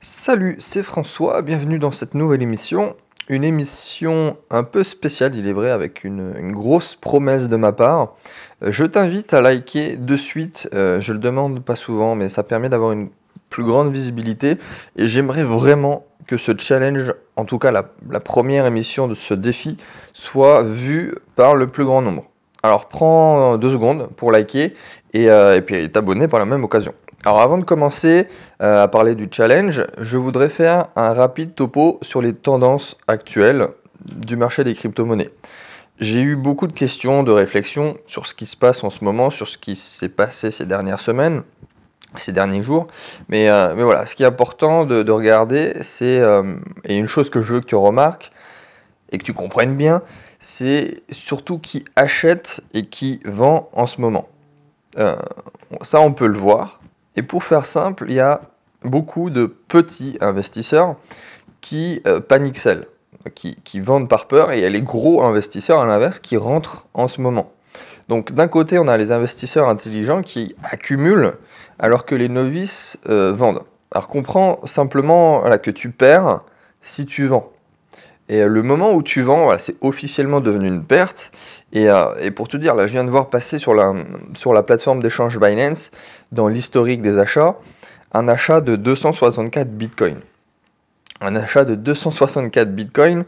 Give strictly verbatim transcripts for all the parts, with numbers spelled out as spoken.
Salut, c'est François, bienvenue dans cette nouvelle émission. Une émission un peu spéciale, il est vrai, avec une, une grosse promesse de ma part. Euh, Je t'invite à liker de suite, euh, je le demande pas souvent, mais ça permet d'avoir une plus grande visibilité. Et j'aimerais vraiment que ce challenge, en tout cas la, la première émission de ce défi, soit vue par le plus grand nombre. Alors prends euh, deux secondes pour liker et, euh, et puis t'abonner par la même occasion. Alors avant de commencer euh, à parler du challenge, je voudrais faire un rapide topo sur les tendances actuelles du marché des crypto-monnaies. J'ai eu beaucoup de questions, de réflexions sur ce qui se passe en ce moment, sur ce qui s'est passé ces dernières semaines, ces derniers jours. Mais, euh, mais voilà, ce qui est important de, de regarder, c'est, euh, et une chose que je veux que tu remarques et que tu comprennes bien, c'est surtout qui achète et qui vend en ce moment. Euh, ça, on peut le voir. Et pour faire simple, il y a beaucoup de petits investisseurs qui euh, panic sell, qui, qui vendent par peur, et il y a les gros investisseurs à l'inverse qui rentrent en ce moment. Donc d'un côté, on a les investisseurs intelligents qui accumulent alors que les novices euh, vendent. Alors comprends simplement voilà, que tu perds si tu vends. Et euh, le moment où tu vends, voilà, c'est officiellement devenu une perte. Et, euh, et pour te dire, là, je viens de voir passer sur la, sur la plateforme d'échange Binance, dans l'historique des achats, un achat de deux cent soixante-quatre bitcoins. Un achat de deux cent soixante-quatre bitcoins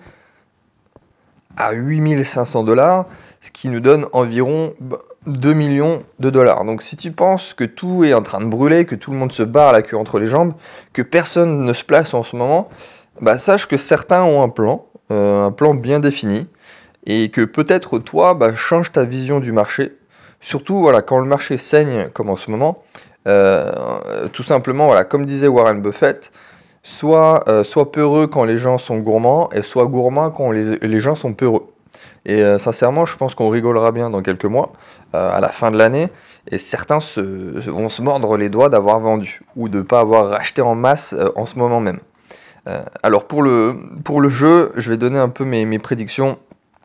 à huit mille cinq cents dollars, ce qui nous donne environ deux millions de dollars. Donc si tu penses que tout est en train de brûler, que tout le monde se barre la queue entre les jambes, que personne ne se place en ce moment, bah, sache que certains ont un plan, euh, un plan bien défini, et que peut-être toi, bah, change ta vision du marché. Surtout voilà, quand le marché saigne comme en ce moment, euh, tout simplement, voilà, comme disait Warren Buffett, soit, euh, sois peureux quand les gens sont gourmands, et sois gourmand quand les, les gens sont peureux. Et euh, sincèrement, je pense qu'on rigolera bien dans quelques mois, euh, à la fin de l'année, et certains se, vont se mordre les doigts d'avoir vendu, ou de ne pas avoir racheté en masse euh, en ce moment même. Euh, alors pour le, pour le jeu, je vais donner un peu mes, mes prédictions.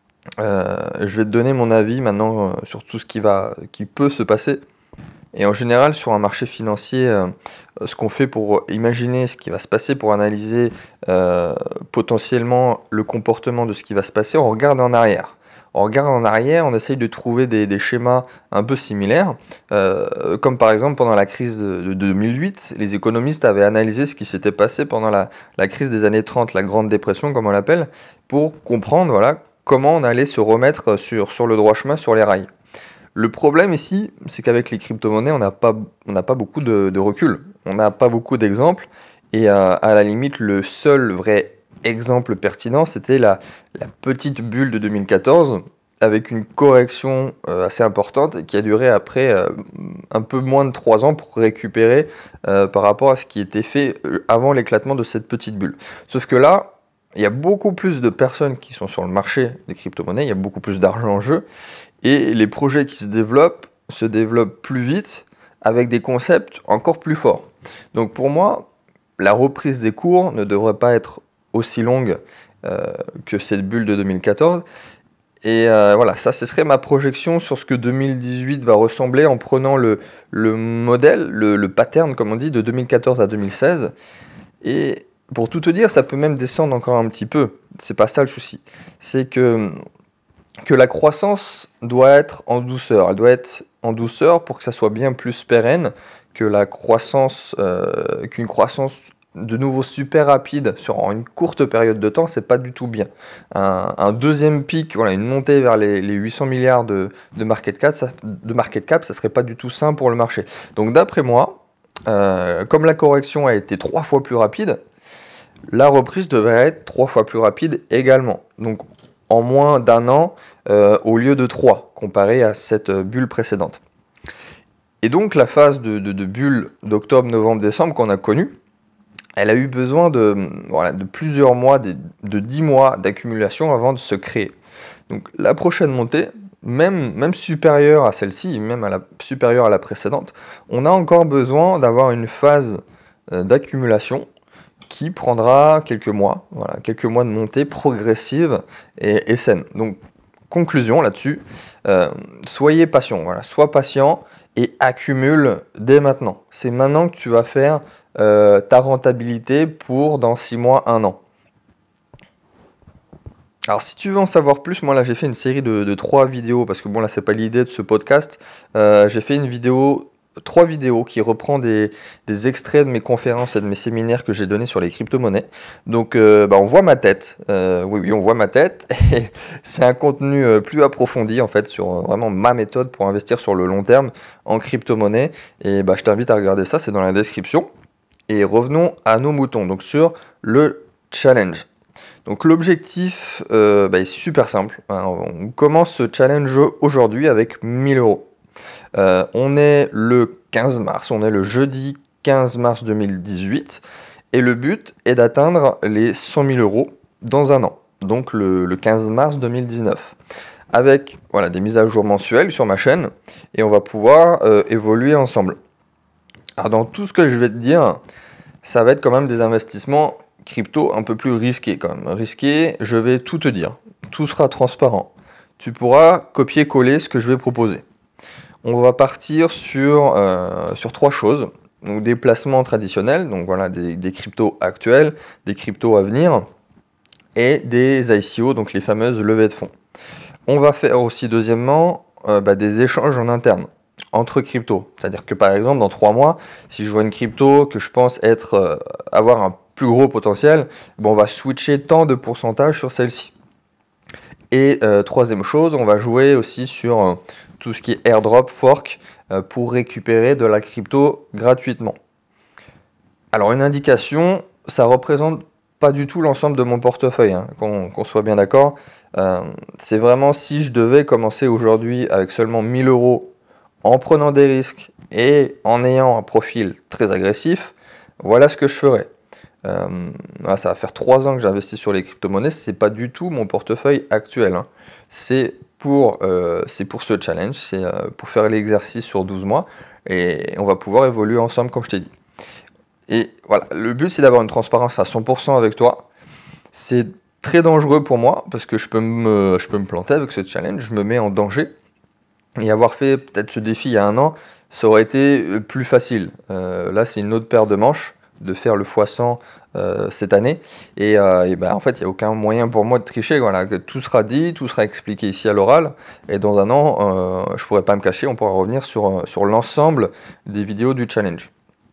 Euh, je vais te donner mon avis maintenant euh, sur tout ce qui va, qui peut se passer. Et en général, sur un marché financier, euh, ce qu'on fait pour imaginer ce qui va se passer, pour analyser euh, potentiellement le comportement de ce qui va se passer, on regarde en arrière. On regarde en arrière, on essaye de trouver des, des schémas un peu similaires, euh, comme par exemple pendant la crise de, de deux mille huit, les économistes avaient analysé ce qui s'était passé pendant la, la crise des années trente, la Grande Dépression comme on l'appelle, pour comprendre voilà, comment on allait se remettre sur, sur le droit chemin, sur les rails. Le problème ici, c'est qu'avec les crypto-monnaies, on n'a pas, on n'a pas beaucoup de, de recul, on n'a pas beaucoup d'exemples, et euh, à la limite, le seul vrai exemple pertinent, c'était la, la petite bulle de deux mille quatorze, avec une correction euh, assez importante, et qui a duré après euh, un peu moins de trois ans pour récupérer euh, par rapport à ce qui était fait euh, avant l'éclatement de cette petite bulle. Sauf que là, il y a beaucoup plus de personnes qui sont sur le marché des crypto-monnaies, il y a beaucoup plus d'argent en jeu, et les projets qui se développent se développent plus vite avec des concepts encore plus forts. Donc pour moi, la reprise des cours ne devrait pas être aussi longue euh, que cette bulle de deux mille quatorze. Et euh, voilà, ça ce serait ma projection sur ce que deux mille dix-huit va ressembler en prenant le, le modèle, le, le pattern comme on dit, de deux mille quatorze à deux mille seize. Et pour tout te dire, ça peut même descendre encore un petit peu. C'est pas ça le souci. C'est que que la croissance doit être en douceur. Elle doit être en douceur pour que ça soit bien plus pérenne que la croissance, euh, qu'une croissance de nouveau super rapide sur une courte période de temps, c'est pas du tout bien. Un, un deuxième pic, voilà, une montée vers les, les huit cents milliards de, de, market cap, ça, de market cap, ça serait pas du tout sain pour le marché. Donc d'après moi, euh, comme la correction a été trois fois plus rapide, la reprise devrait être trois fois plus rapide également. Donc en moins d'un an euh, au lieu de trois, comparé à cette euh, bulle précédente. Et donc la phase de, de, de bulle d'octobre, novembre, décembre qu'on a connue, elle a eu besoin de, voilà, de plusieurs mois, de, de dix mois d'accumulation avant de se créer. Donc la prochaine montée, même, même supérieure à celle-ci, même à la, supérieure à la précédente, on a encore besoin d'avoir une phase euh, d'accumulation qui prendra quelques mois, voilà, quelques mois de montée progressive et, et saine. Donc, conclusion là-dessus, euh, soyez patient, voilà, sois patient et accumule dès maintenant. C'est maintenant que tu vas faire euh, ta rentabilité pour dans six mois, un an. Alors si tu veux en savoir plus, moi là j'ai fait une série de, de trois vidéos, parce que bon là c'est pas l'idée de ce podcast. Euh, j'ai fait une vidéo, trois vidéos qui reprend des, des extraits de mes conférences et de mes séminaires que j'ai donnés sur les crypto-monnaies. Donc euh, bah, on voit ma tête, euh, oui oui on voit ma tête, et c'est un contenu euh, plus approfondi en fait sur euh, vraiment ma méthode pour investir sur le long terme en crypto-monnaie. Et bah, je t'invite à regarder ça, c'est dans la description. Et revenons à nos moutons, donc sur le challenge. Donc l'objectif euh, bah, est super simple. Hein. On commence ce challenge aujourd'hui avec mille euros. Euh, on est le quinze mars, on est le jeudi quinze mars deux mille dix-huit, et le but est d'atteindre les cent mille euros dans un an, donc le, le quinze mars deux mille dix-neuf, avec voilà, des mises à jour mensuelles sur ma chaîne, et on va pouvoir euh, évoluer ensemble. Alors dans tout ce que je vais te dire, ça va être quand même des investissements crypto un peu plus risqués quand même. Risqués, je vais tout te dire. Tout sera transparent. Tu pourras copier-coller ce que je vais proposer. On va partir sur, euh, sur trois choses. Donc des placements traditionnels, donc voilà, des, des cryptos actuels, des cryptos à venir, et des I C O, donc les fameuses levées de fonds. On va faire aussi deuxièmement euh, bah, des échanges en interne entre cryptos. C'est-à-dire que par exemple dans trois mois, si je vois une crypto que je pense être euh, avoir un plus gros potentiel, bon, on va switcher tant de pourcentage sur celle-ci. Et euh, troisième chose, on va jouer aussi sur euh, tout ce qui est airdrop, fork, euh, pour récupérer de la crypto gratuitement. Alors une indication, ça représente pas du tout l'ensemble de mon portefeuille, hein, qu'on, qu'on soit bien d'accord. Euh, c'est vraiment si je devais commencer aujourd'hui avec seulement mille euros en prenant des risques et en ayant un profil très agressif, voilà ce que je ferais. Euh, voilà, ça va faire trois ans que j'investis sur les crypto-monnaies, c'est pas du tout mon portefeuille actuel. Hein. C'est pour, euh, c'est pour ce challenge, c'est euh, pour faire l'exercice sur douze mois, et on va pouvoir évoluer ensemble comme je t'ai dit. Et voilà, le but c'est d'avoir une transparence à cent pour cent avec toi. C'est très dangereux pour moi parce que je peux me, je peux me planter avec ce challenge, je me mets en danger. Et avoir fait peut-être ce défi il y a un an, ça aurait été plus facile. Euh, là, c'est une autre paire de manches de faire le fois cent euh, cette année. Et, euh, et ben, en fait, il n'y a aucun moyen pour moi de tricher. Voilà, que tout sera dit, tout sera expliqué ici à l'oral. Et dans un an, euh, je ne pourrai pas me cacher, on pourra revenir sur, sur l'ensemble des vidéos du challenge.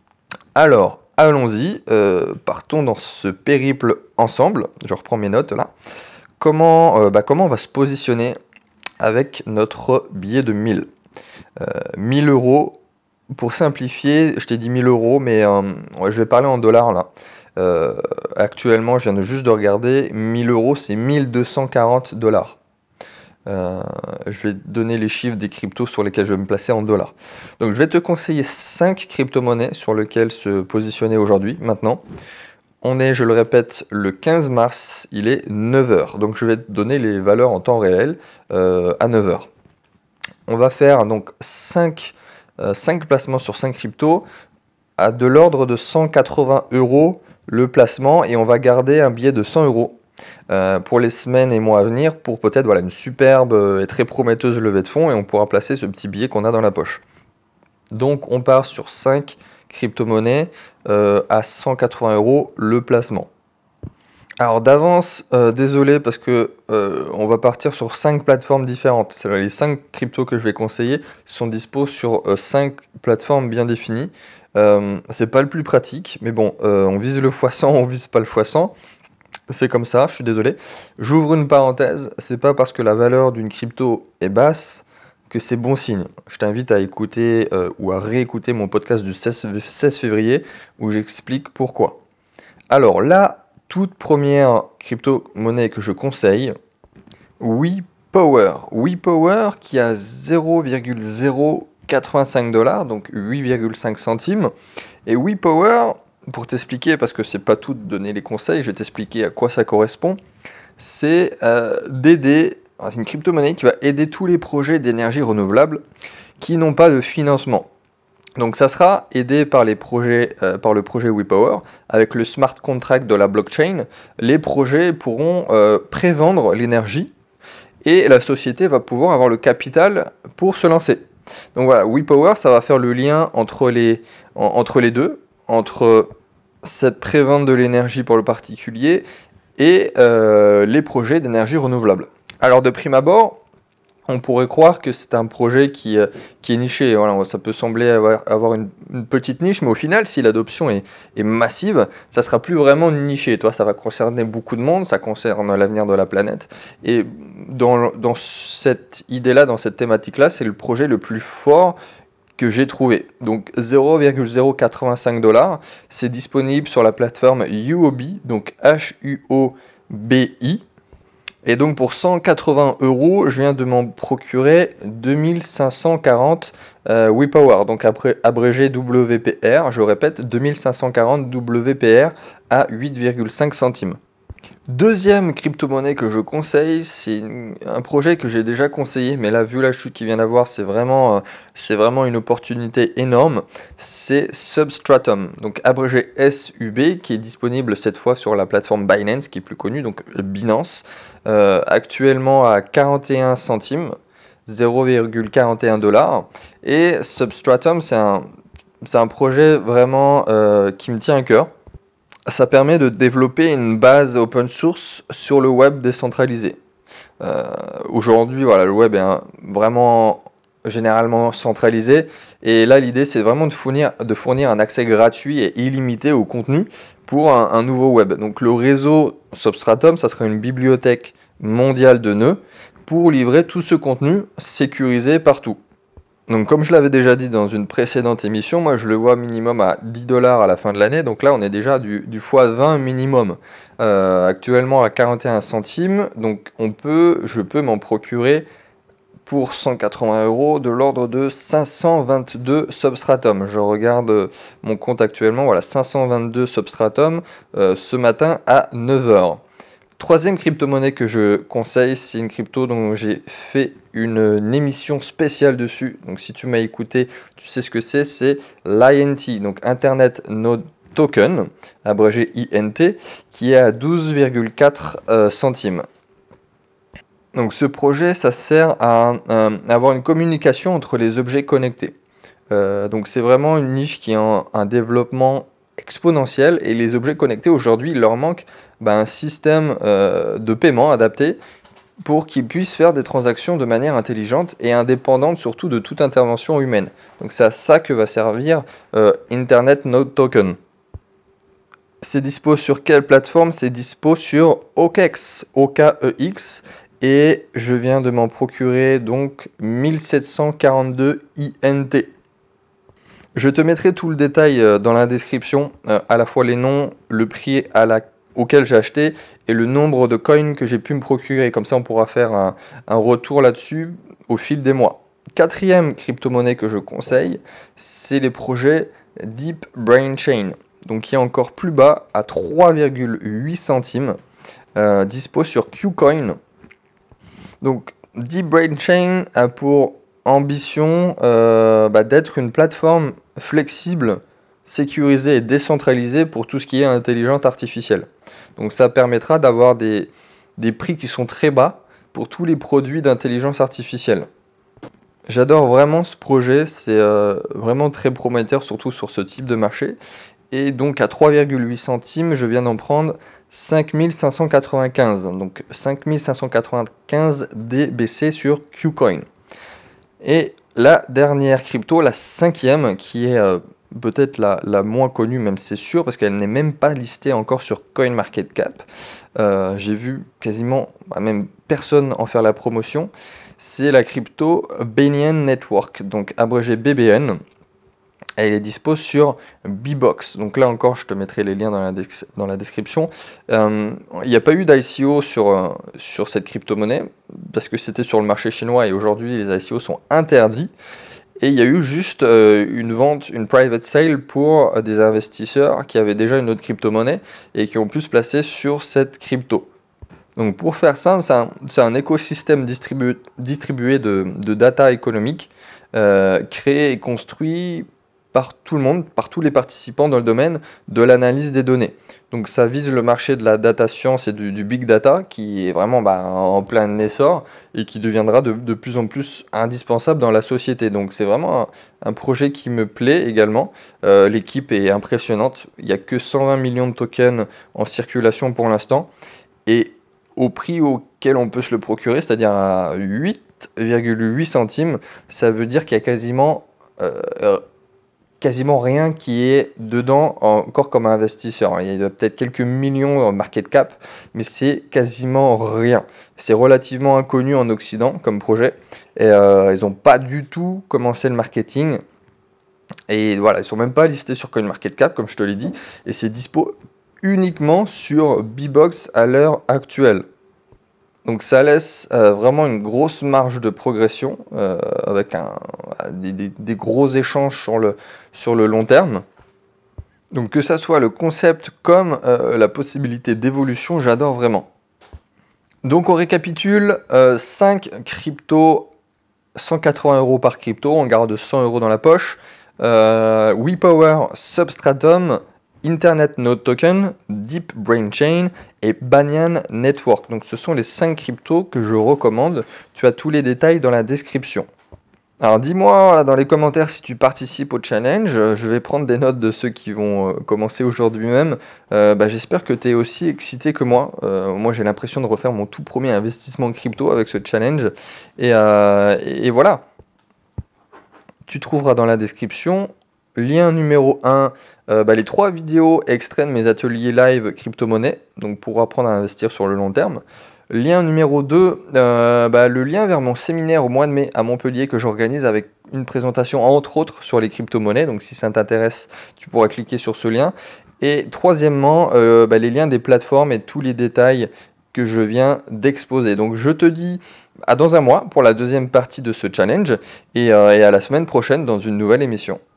Alors, allons-y. Euh, partons dans ce périple ensemble. Je reprends mes notes là. Comment, euh, bah, comment on va se positionner avec notre billet de mille. Euh, mille euros, pour simplifier, je t'ai dit mille euros, mais euh, ouais, je vais parler en dollars là. Euh, actuellement, je viens de juste de regarder, mille euros, c'est mille deux cent quarante dollars. Euh, je vais te donner les chiffres des cryptos sur lesquels je vais me placer en dollars. Donc, je vais te conseiller cinq crypto-monnaies sur lesquelles se positionner aujourd'hui, maintenant. On est, je le répète, le quinze mars, il est neuf heures. Donc je vais te donner les valeurs en temps réel euh, à neuf heures. On va faire donc cinq, euh, cinq placements sur cinq cryptos à de l'ordre de cent quatre-vingts euros le placement, et on va garder un billet de cent euros euh, pour les semaines et mois à venir pour peut-être voilà, une superbe et très prometteuse levée de fonds, et on pourra placer ce petit billet qu'on a dans la poche. Donc on part sur cinq crypto-monnaies euh, à cent quatre-vingts euros le placement. Alors d'avance, euh, désolé parce que euh, on va partir sur cinq plateformes différentes. C'est les cinq cryptos que je vais conseiller sont dispo sur euh, cinq plateformes bien définies. Euh, c'est pas le plus pratique, mais bon, euh, on vise le fois cent, on vise pas le fois cent. C'est comme ça, je suis désolé. J'ouvre une parenthèse, c'est pas parce que la valeur d'une crypto est basse que c'est bon signe. Je t'invite à écouter euh, ou à réécouter mon podcast du seize février où j'explique pourquoi. Alors la toute première crypto-monnaie que je conseille, WePower. WePower qui a zéro virgule zéro quatre-vingt-cinq dollars, donc huit virgule cinq centimes. Et WePower, pour t'expliquer, parce que c'est pas tout de donner les conseils, je vais t'expliquer à quoi ça correspond, c'est euh, d'aider. C'est une crypto-monnaie qui va aider tous les projets d'énergie renouvelable qui n'ont pas de financement. Donc ça sera aidé par, les projets, euh, par le projet WePower. Avec le smart contract de la blockchain, les projets pourront euh, prévendre l'énergie et la société va pouvoir avoir le capital pour se lancer. Donc voilà, WePower, ça va faire le lien entre les, en, entre les deux, entre cette prévente de l'énergie pour le particulier et euh, les projets d'énergie renouvelable. Alors de prime abord, on pourrait croire que c'est un projet qui, euh, qui est niché. Voilà, ça peut sembler avoir, avoir une, une petite niche, mais au final, si l'adoption est, est massive, ça sera plus vraiment niché. Toi, ça va concerner beaucoup de monde, ça concerne l'avenir de la planète. Et dans, dans cette idée-là, dans cette thématique-là, c'est le projet le plus fort que j'ai trouvé. Donc zéro virgule zéro quatre-vingt-cinq dollars, c'est disponible sur la plateforme U O B, donc H U O B I. Et donc pour cent quatre-vingts euros, je viens de m'en procurer deux mille cinq cent quarante euh, WePower, donc après abrégé W P R, je répète, deux mille cinq cent quarante W P R à huit virgule cinq centimes. Deuxième crypto-monnaie que je conseille, c'est un projet que j'ai déjà conseillé, mais là, vu la chute qu'il vient d'avoir, c'est vraiment, euh, c'est vraiment une opportunité énorme. C'est Substratum, donc abrégé S U B, qui est disponible cette fois sur la plateforme Binance, qui est plus connue, donc Binance, euh, actuellement à quarante et un centimes, zéro virgule quarante et un dollars. Et Substratum, c'est un, c'est un projet vraiment euh, qui me tient à cœur. Ça permet de développer une base open source sur le web décentralisé. Euh, aujourd'hui, voilà, le web est un, vraiment généralement centralisé. Et là, l'idée, c'est vraiment de fournir, de fournir un accès gratuit et illimité au contenu pour un, un nouveau web. Donc le réseau Substratum, ça sera une bibliothèque mondiale de nœuds pour livrer tout ce contenu sécurisé partout. Donc comme je l'avais déjà dit dans une précédente émission, moi je le vois minimum à dix dollars à la fin de l'année, donc là on est déjà du, du fois vingt minimum. Euh, actuellement à quarante et un centimes, donc on peut, je peux m'en procurer pour cent quatre-vingts euros de l'ordre de cinq cent vingt-deux Substratum. Je regarde mon compte actuellement, voilà, cinq cent vingt-deux Substratum euh, ce matin à neuf heures. Troisième crypto-monnaie que je conseille, c'est une crypto dont j'ai fait une, une émission spéciale dessus. Donc si tu m'as écouté, tu sais ce que c'est, c'est l'I N T, donc Internet Node Token, abrégé I N T, qui est à douze virgule quatre euh, centimes. Donc ce projet, ça sert à, à avoir une communication entre les objets connectés. Euh, donc c'est vraiment une niche qui est en un développement exponentiel, et les objets connectés aujourd'hui, il leur manque ben, un système euh, de paiement adapté pour qu'ils puissent faire des transactions de manière intelligente et indépendante surtout de toute intervention humaine. Donc c'est à ça que va servir euh, Internet Node Token. C'est dispo sur quelle plateforme? C'est dispo sur O K E X, O K E X, et je viens de m'en procurer donc mille sept cent quarante-deux I N T. Je te mettrai tout le détail euh, dans la description, euh, à la fois les noms, le prix à la, auquel j'ai acheté et le nombre de coins que j'ai pu me procurer. Comme ça, on pourra faire un, un retour là-dessus au fil des mois. Quatrième crypto-monnaie que je conseille, c'est les projets Deep Brain Chain, donc qui est encore plus bas à trois virgule huit centimes, euh, dispo sur Qcoin. Donc Deep Brain Chain a pour ambition euh, bah, d'être une plateforme flexible, sécurisée et décentralisée pour tout ce qui est intelligence artificielle. Donc ça permettra d'avoir des, des prix qui sont très bas pour tous les produits d'intelligence artificielle. J'adore vraiment ce projet, c'est euh, vraiment très prometteur, surtout sur ce type de marché. Et donc à trois virgule huit centimes, je viens d'en prendre cinq mille cinq cent quatre-vingt-quinze, donc cinq mille cinq cent quatre-vingt-quinze D B C sur Qcoin. Et la dernière crypto, la cinquième, qui est euh, peut-être la, la moins connue, même c'est sûr, parce qu'elle n'est même pas listée encore sur CoinMarketCap. Euh, j'ai vu quasiment, bah, même personne en faire la promotion. C'est la crypto Banyan Network, donc abrégé B B N. Elle est dispo sur B-Box. Donc là encore, je te mettrai les liens dans la, dans la description. Euh, il n'y a pas eu d'I C O sur, euh, sur cette crypto-monnaie, parce que c'était sur le marché chinois, et aujourd'hui, les I C O sont interdits. Et il y a eu juste euh, une vente, une private sale pour euh, des investisseurs qui avaient déjà une autre crypto-monnaie et qui ont pu se placer sur cette crypto. Donc pour faire simple, c'est un, c'est un écosystème distribué, distribué de, de data économique, euh, créé et construit par tout le monde, par tous les participants dans le domaine de l'analyse des données. Donc ça vise le marché de la data science et du, du big data qui est vraiment bah, en plein essor et qui deviendra de, de plus en plus indispensable dans la société. Donc c'est vraiment un, un projet qui me plaît également. Euh, l'équipe est impressionnante. Il n'y a que cent vingt millions de tokens en circulation pour l'instant. Et au prix auquel on peut se le procurer, c'est-à-dire à huit virgule huit centimes, ça veut dire qu'il y a quasiment... Euh, quasiment rien qui est dedans encore comme investisseur. Il y a peut-être quelques millions en market cap, mais c'est quasiment rien. C'est relativement inconnu en Occident comme projet. Et euh, ils n'ont pas du tout commencé le marketing. Et voilà, ils sont même pas listés sur CoinMarketCap, comme je te l'ai dit. Et c'est dispo uniquement sur B-Box à l'heure actuelle. Donc ça laisse euh, vraiment une grosse marge de progression euh, avec un, des, des, des gros échanges sur le, sur le long terme. Donc que ça soit le concept comme euh, la possibilité d'évolution, j'adore vraiment. Donc on récapitule, euh, cinq cryptos, cent quatre-vingts euros par crypto, on garde cent euros dans la poche. Euh, WePower, Substratum, Internet Node Token, Deep Brain Chain et Banyan Network. Donc ce sont les cinq cryptos que je recommande. Tu as tous les détails dans la description. Alors dis-moi dans les commentaires si tu participes au challenge. Je vais prendre des notes de ceux qui vont commencer aujourd'hui même. Euh, bah, j'espère que tu es aussi excité que moi. Euh, moi j'ai l'impression de refaire mon tout premier investissement crypto avec ce challenge. Et, euh, et, et voilà. Tu trouveras dans la description, lien numéro un, euh, bah, les trois vidéos extraits de mes ateliers live crypto-monnaie, donc pour apprendre à investir sur le long terme. Lien numéro deux, euh, bah, le lien vers mon séminaire au mois de mai à Montpellier que j'organise avec une présentation entre autres sur les crypto-monnaies, donc si ça t'intéresse, tu pourras cliquer sur ce lien. Et troisièmement, euh, bah, les liens des plateformes et tous les détails que je viens d'exposer. Donc je te dis à dans un mois pour la deuxième partie de ce challenge et, euh, et à la semaine prochaine dans une nouvelle émission.